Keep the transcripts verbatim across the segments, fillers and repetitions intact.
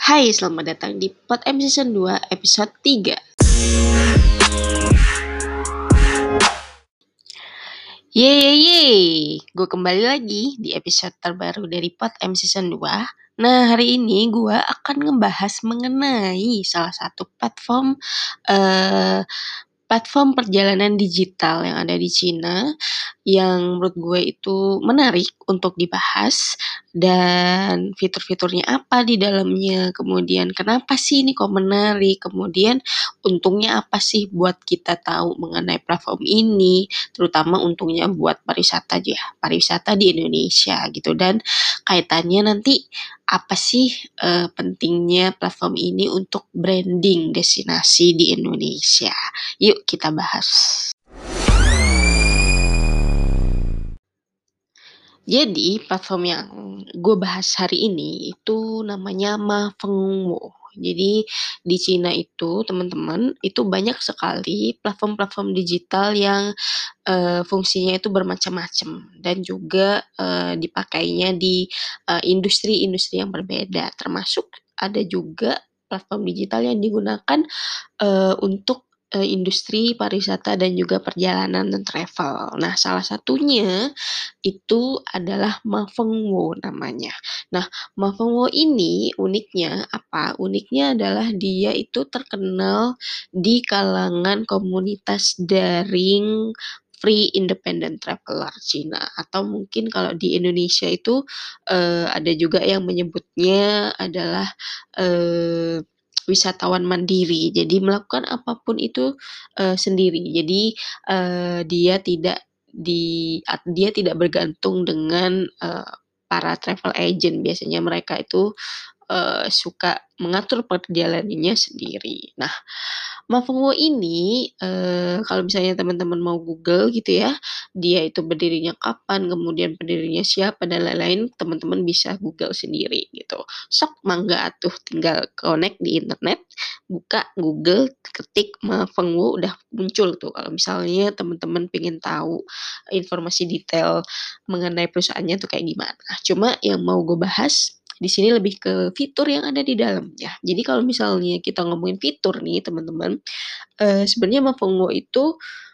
Hai, selamat datang di Pod M Season dua episode tiga. Yeay, yeay. Gue kembali lagi di episode terbaru dari Pod M Season dua. Nah, hari ini gue akan ngebahas mengenai salah satu platform uh, platform perjalanan digital yang ada di Cina, yang menurut gue itu menarik untuk dibahas, dan fitur-fiturnya apa di dalamnya, kemudian kenapa sih ini kok menarik, kemudian untungnya apa sih buat kita tahu mengenai platform ini, terutama untungnya buat pariwisata aja, pariwisata di Indonesia gitu, dan kaitannya nanti apa sih uh, pentingnya platform ini untuk branding destinasi di Indonesia. Yuk kita bahas. Jadi platform yang gue bahas hari ini itu namanya Mafengwo. Jadi di Cina itu teman-teman itu banyak sekali platform-platform digital yang uh, fungsinya itu bermacam-macam dan juga uh, dipakainya di uh, industri-industri yang berbeda. Termasuk ada juga platform digital yang digunakan uh, untuk uh, industri pariwisata dan juga perjalanan dan travel. Nah, salah satunya itu adalah Mafengwo namanya. Nah, Mafengwo ini uniknya apa? Uniknya adalah dia itu terkenal di kalangan komunitas daring free independent traveler Cina, atau mungkin kalau di Indonesia itu uh, ada juga yang menyebutnya adalah uh, wisatawan mandiri. Jadi melakukan apapun itu uh, sendiri. Jadi uh, dia tidak di dia tidak bergantung dengan uh, para travel agent. Biasanya mereka itu uh, suka mengatur perjalanannya sendiri. Nah, Mafengwo ini uh, kalau misalnya teman-teman mau Google gitu ya, dia itu berdirinya kapan, kemudian pendirinya siapa dan lain-lain, teman-teman bisa Google sendiri gitu. Sok mangga atuh, tinggal connect di internet, buka Google, ketik Mafengwo, udah muncul tuh. Kalau misalnya teman-teman pengen tahu informasi detail mengenai perusahaannya tuh kayak gimana. Cuma yang mau gue bahas di sini lebih ke fitur yang ada di dalamnya. Jadi kalau misalnya kita ngomongin fitur nih teman-teman, uh, sebenarnya Mafengwo itu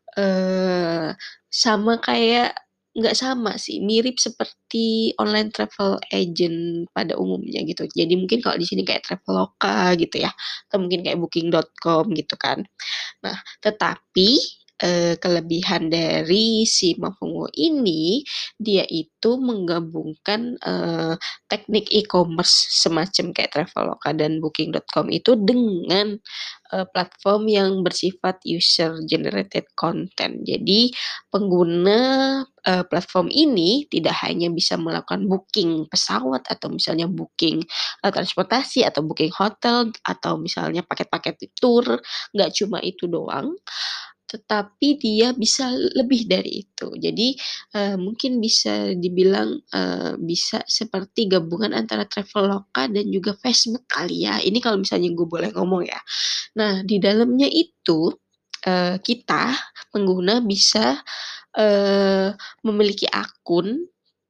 uh, sama kayak nggak sama sih, mirip seperti online travel agent pada umumnya gitu. Jadi mungkin kalau di sini kayak Traveloka gitu ya, atau mungkin kayak booking dot com gitu kan. Nah, tetapi eh, kelebihan dari si Mafengwo ini, dia itu menggabungkan eh, teknik e-commerce semacam kayak Traveloka dan booking dot com itu dengan eh, platform yang bersifat user generated content. Jadi pengguna eh, platform ini tidak hanya bisa melakukan booking pesawat atau misalnya booking eh, transportasi atau booking hotel atau misalnya paket-paket tour, nggak cuma itu doang, tetapi dia bisa lebih dari itu. Jadi uh, mungkin bisa dibilang uh, bisa seperti gabungan antara Traveloka dan juga Facebook kali ya. Ini kalau misalnya gue boleh ngomong ya. Nah, di dalamnya itu uh, kita pengguna bisa uh, memiliki akun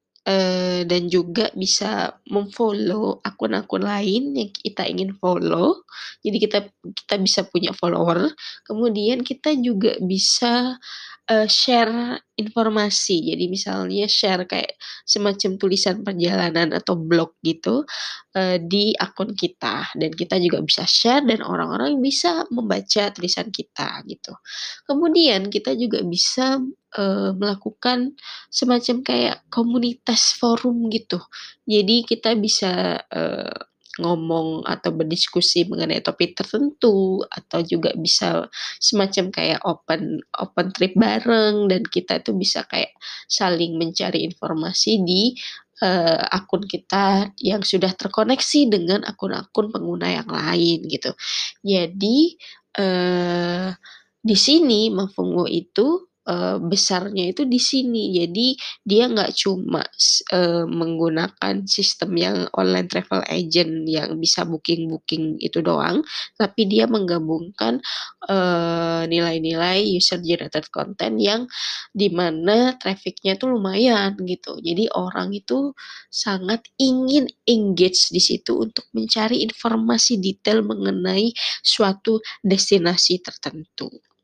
uh, dan juga bisa memfollow akun-akun lain yang kita ingin follow. Jadi kita kita bisa punya follower. Kemudian kita juga bisa uh, share informasi. Jadi misalnya share kayak semacam tulisan perjalanan atau blog gitu uh, di akun kita, dan kita juga bisa share dan orang-orang bisa membaca tulisan kita gitu. Kemudian kita juga bisa uh, melakukan semacam kayak komunitas forum gitu. Jadi kita bisa uh, ngomong atau berdiskusi mengenai topik tertentu, atau juga bisa semacam kayak open open trip bareng, dan kita itu bisa kayak saling mencari informasi di uh, akun kita yang sudah terkoneksi dengan akun-akun pengguna yang lain gitu. Jadi uh, di sini Mafengwo itu eee, besarnya itu di sini. Jadi dia nggak cuma s eee, menggunakan sistem yang online travel agent yang bisa booking-booking itu doang, tapi dia menggabungkan, eee, nilai-nilai user generated content yang di mana traffic-nya tuh lumayan gitu. Jadi orang itu sangat ingin engage di situ untuk mencari informasi detail mengenai suatu destinasi tertentu.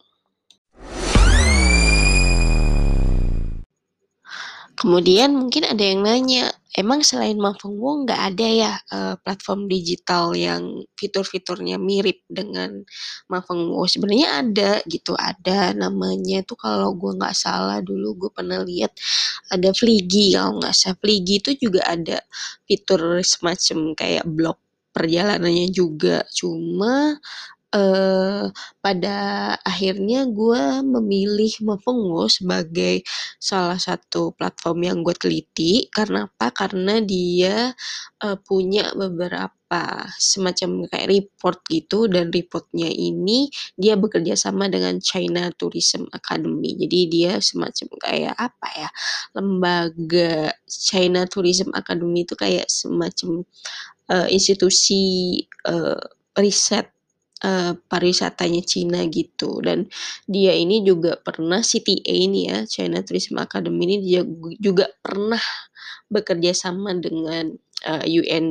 Kemudian mungkin ada yang nanya, emang selain Mafengwo nggak ada ya, eee, platform digital yang fitur-fiturnya mirip dengan Mafengwo? Sebenarnya ada gitu, ada namanya tuh kalau gue nggak salah dulu gue pernah lihat ada Fliggy kalau nggak salah. Fliggy itu juga ada fitur semacam kayak blog perjalanannya juga, cuma Eee, pada akhirnya gue memilih Mafengwo sebagai salah satu platform yang gue teliti. Karena apa? Karena dia, eee, punya beberapa semacam kayak report gitu, dan reportnya ini dia bekerja sama dengan China Tourism Academy. Jadi dia semacam kayak apa ya, lembaga China Tourism Academy itu kayak semacam, eee, institusi, eee, riset eee, pariwisatanya Cina gitu. Dan dia ini juga pernah C T A nih ya, China Tourism Academy ini dia juga pernah bekerja sama dengan, eee, U N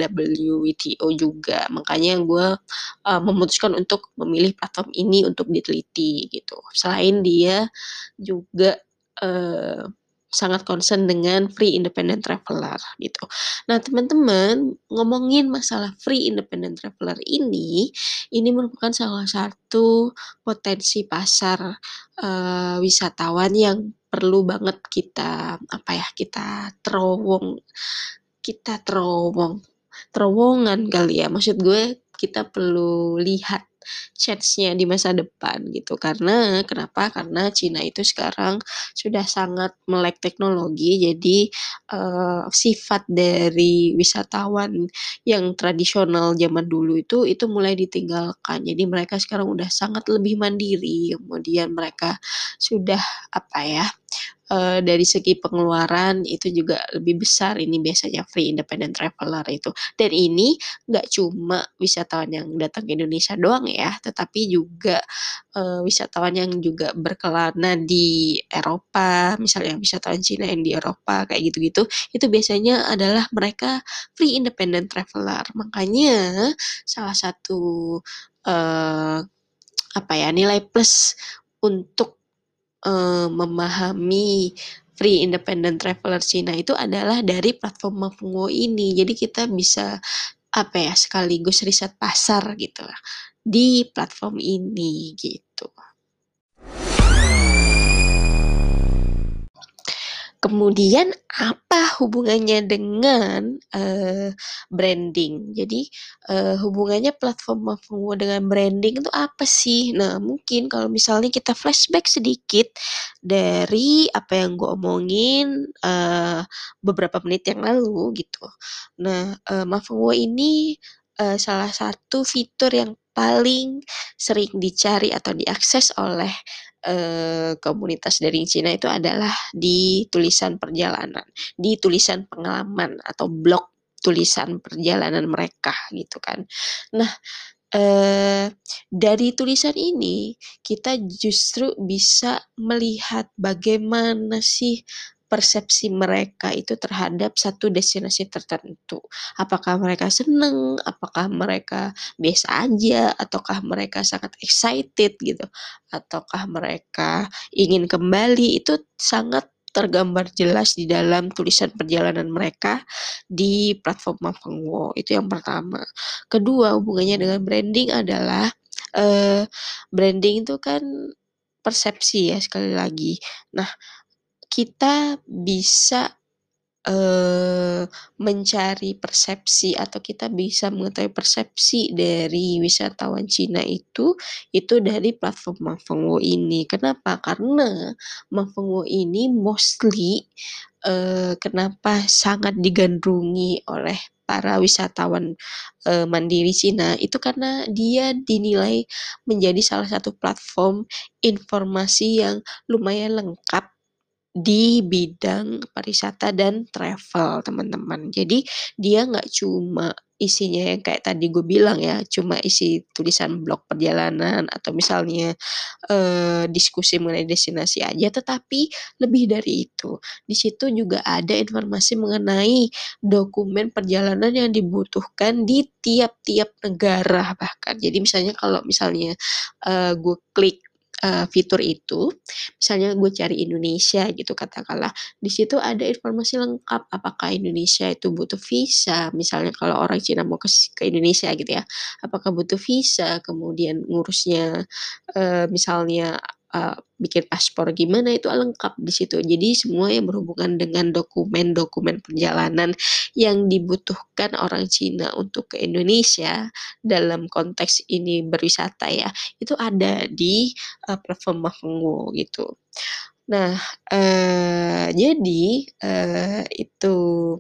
W T O juga. Makanya gue, eee, memutuskan untuk memilih platform ini untuk diteliti gitu. Selain dia juga, eee, sangat concern dengan free independent traveler gitu. Nah teman-teman, ngomongin masalah free independent traveler ini, ini merupakan salah satu potensi pasar, eee, wisatawan yang perlu banget kita, apa ya, kita terowong kita terowong terowongan kali ya, maksud gue kita perlu lihat chance-nya di masa depan gitu. Karena kenapa? Karena Cina itu sekarang sudah sangat melek teknologi, jadi, eee, sifat dari wisatawan yang tradisional zaman dulu itu, itu mulai ditinggalkan. Jadi mereka sekarang udah sangat lebih mandiri, kemudian mereka sudah, apa ya, eee, dari segi pengeluaran itu juga lebih besar ini biasanya free independent traveler itu. Dan ini nggak cuma wisatawan yang datang ke Indonesia doang ya, tetapi juga, eee, wisatawan yang juga berkelana di Eropa, misalnya wisatawan Cina yang di Eropa kayak gitu-gitu, itu biasanya adalah mereka free independent traveler. Makanya salah satu, eee, apa ya, nilai plus untuk eee, memahami free independent traveler Cina itu adalah dari platform Mafengwo ini. Jadi kita bisa, apa ya, sekaligus riset pasar gitu lah, di platform ini, gitu. Kemudian apa hubungannya dengan, eee, branding? Jadi, eee, hubungannya platform Mafengwo dengan branding itu apa sih? Nah, mungkin kalau misalnya kita flashback sedikit dari apa yang gue omongin, eee, beberapa menit yang lalu gitu. Nah, eee, Mafengwo ini, eee, salah satu fitur yang paling sering dicari atau diakses oleh, eee, komunitas dari Cina itu adalah di tulisan perjalanan, di tulisan pengalaman atau blog tulisan perjalanan mereka gitu kan. Nah, eee, dari tulisan ini kita justru bisa melihat bagaimana sih persepsi mereka itu terhadap satu destinasi tertentu. Apakah mereka seneng, apakah mereka biasa aja, ataukah mereka sangat excited gitu, ataukah mereka ingin kembali, itu sangat tergambar jelas di dalam tulisan perjalanan mereka di platform Mafengwo, itu yang pertama. Kedua, hubungannya dengan branding adalah, eee, branding itu kan persepsi ya sekali lagi. Nah, kita bisa, eee, mencari persepsi atau kita bisa mengetahui persepsi dari wisatawan Cina itu, itu dari platform Mafengwo ini. Kenapa? Karena Mafengwo ini mostly, eee, kenapa sangat digandrungi oleh para wisatawan uh, mandiri Cina itu karena dia dinilai menjadi salah satu platform informasi yang lumayan lengkap di bidang pariwisata dan travel, teman-teman. Jadi dia nggak cuma isinya yang kayak tadi gue bilang ya, cuma isi tulisan blog perjalanan atau misalnya eee, diskusi mengenai destinasi aja, tetapi lebih dari itu. Di situ juga ada informasi mengenai dokumen perjalanan yang dibutuhkan di tiap-tiap negara bahkan. Jadi misalnya kalau misalnya, eee, gue klik, eee, fitur itu, misalnya gue cari Indonesia gitu katakanlah, di situ ada informasi lengkap apakah Indonesia itu butuh visa, misalnya kalau orang Cina mau ke ke Indonesia gitu ya, apakah butuh visa, kemudian ngurusnya eee, misalnya, eee, bikin paspor gimana itu lengkap di situ. Jadi semua yang berhubungan dengan dokumen-dokumen perjalanan yang dibutuhkan orang Cina untuk ke Indonesia, dalam konteks ini berwisata ya, itu ada di, eee, platform Mafengwo gitu. Nah, eee, jadi, eee, itu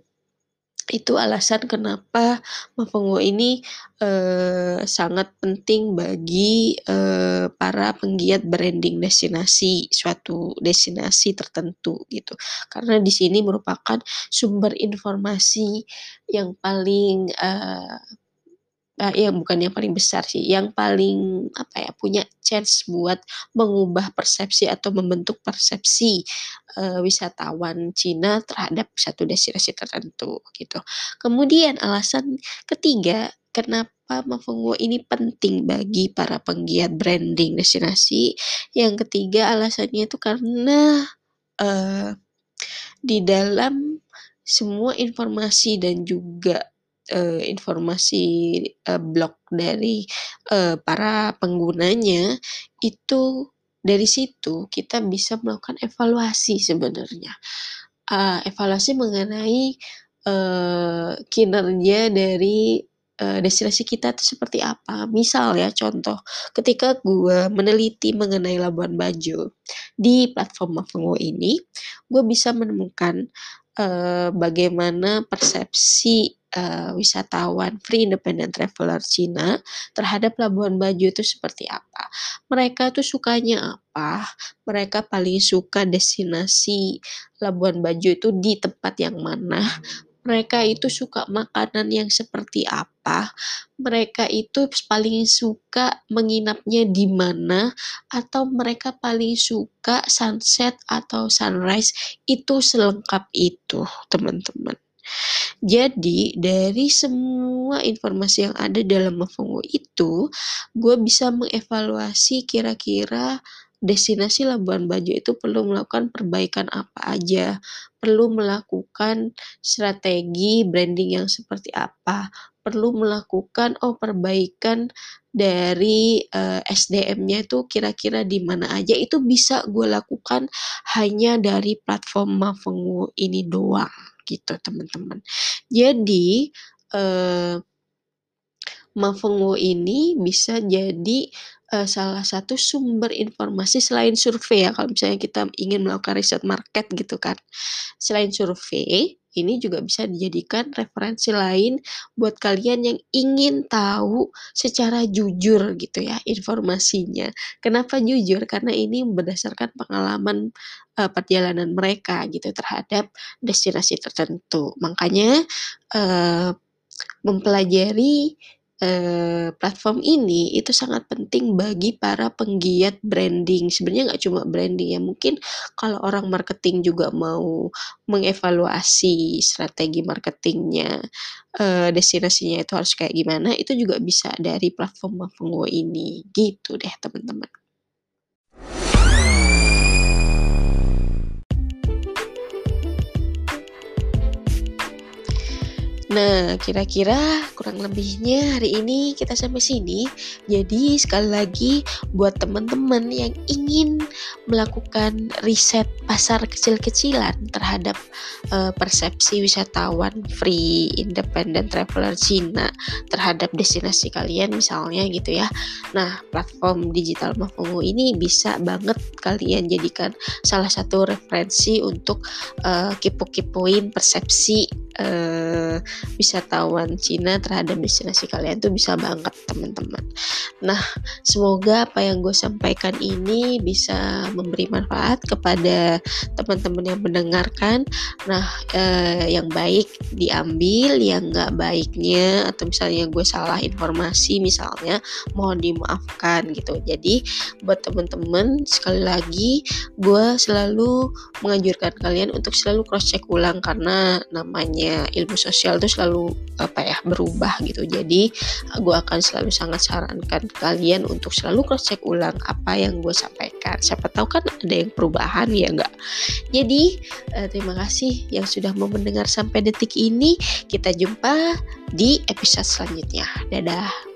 itu alasan kenapa Mafengwo ini, eee, sangat penting bagi, eee, para penggiat branding destinasi, suatu destinasi tertentu gitu. Karena di sini merupakan sumber informasi yang paling, eee eee, ya bukan yang paling besar sih, yang paling apa ya, punya chance buat mengubah persepsi atau membentuk persepsi, eee, wisatawan Cina terhadap satu destinasi tertentu gitu. Kemudian alasan ketiga, kenapa Mafengwo ini penting bagi para penggiat branding destinasi, yang ketiga alasannya itu karena, eee, di dalam semua informasi dan juga, eee, informasi, eee, blog dari, eee, para penggunanya, itu dari situ kita bisa melakukan evaluasi sebenarnya. Eee, evaluasi mengenai, eee, kinerja dari, eee, destinasi kita itu seperti apa. Misal ya contoh, ketika gue meneliti mengenai Labuan Bajo di platform Mafengwo ini, gue bisa menemukan, eee, bagaimana persepsi, eee, wisatawan free independent traveler Cina terhadap Labuan Bajo itu seperti apa. Mereka tuh sukanya apa, mereka paling suka destinasi Labuan Bajo itu di tempat yang mana, mereka itu suka makanan yang seperti apa, mereka itu paling suka menginapnya di mana, atau mereka paling suka sunset atau sunrise, itu selengkap itu, teman-teman. Jadi dari semua informasi yang ada dalam Mafengwo itu, gue bisa mengevaluasi kira-kira destinasi Labuan Bajo itu perlu melakukan perbaikan apa aja, perlu melakukan strategi branding yang seperti apa, perlu melakukan, oh perbaikan dari, eee, S D M-nya itu kira-kira di mana aja, itu bisa gue lakukan hanya dari platform Mafengwo ini doang, gitu teman-teman. Jadi, eee, Mafengwo ini bisa jadi, eee, salah satu sumber informasi selain survei ya, kalau misalnya kita ingin melakukan riset market gitu kan. Selain survei, ini juga bisa dijadikan referensi lain buat kalian yang ingin tahu secara jujur gitu ya informasinya. Kenapa jujur? Karena ini berdasarkan pengalaman, eee, perjalanan mereka gitu terhadap destinasi tertentu. Makanya, eee, mempelajari, eee, platform ini itu sangat penting bagi para penggiat branding. Sebenarnya nggak cuma branding ya, mungkin kalau orang marketing juga mau mengevaluasi strategi marketingnya, eee, destinasinya itu harus kayak gimana, itu juga bisa dari platform Mafengwo ini, gitu deh teman-teman. Nah, kira-kira kurang lebihnya hari ini kita sampai sini. Jadi sekali lagi buat teman-teman yang ingin melakukan riset pasar kecil-kecilan terhadap uh, persepsi wisatawan free independent traveler Cina terhadap destinasi kalian misalnya gitu ya. Nah, platform digital Mafengwo ini bisa banget kalian jadikan salah satu referensi untuk uh, kepo-kepoin persepsi uh, uh, wisatawan Cina terhadap destinasi kalian tuh bisa banget teman-teman. Nah, semoga apa yang gue sampaikan ini bisa memberi manfaat kepada teman-teman yang mendengarkan. Nah, uh, yang baik diambil, yang nggak baiknya atau misalnya gue salah informasi misalnya, mohon dimaafkan gitu. Jadi buat teman-teman, sekali lagi gue selalu menganjurkan kalian untuk selalu cross check ulang, karena namanya ilmu sosial tuh selalu apa ya berubah gitu. Jadi gue akan selalu sangat sarankan kalian untuk selalu cross check ulang apa yang gue sampaikan. Siapa tahu kan ada yang perubahan, ya enggak. Jadi eh, terima kasih yang sudah mau mendengar sampai detik ini. Kita jumpa di episode selanjutnya. Dadah.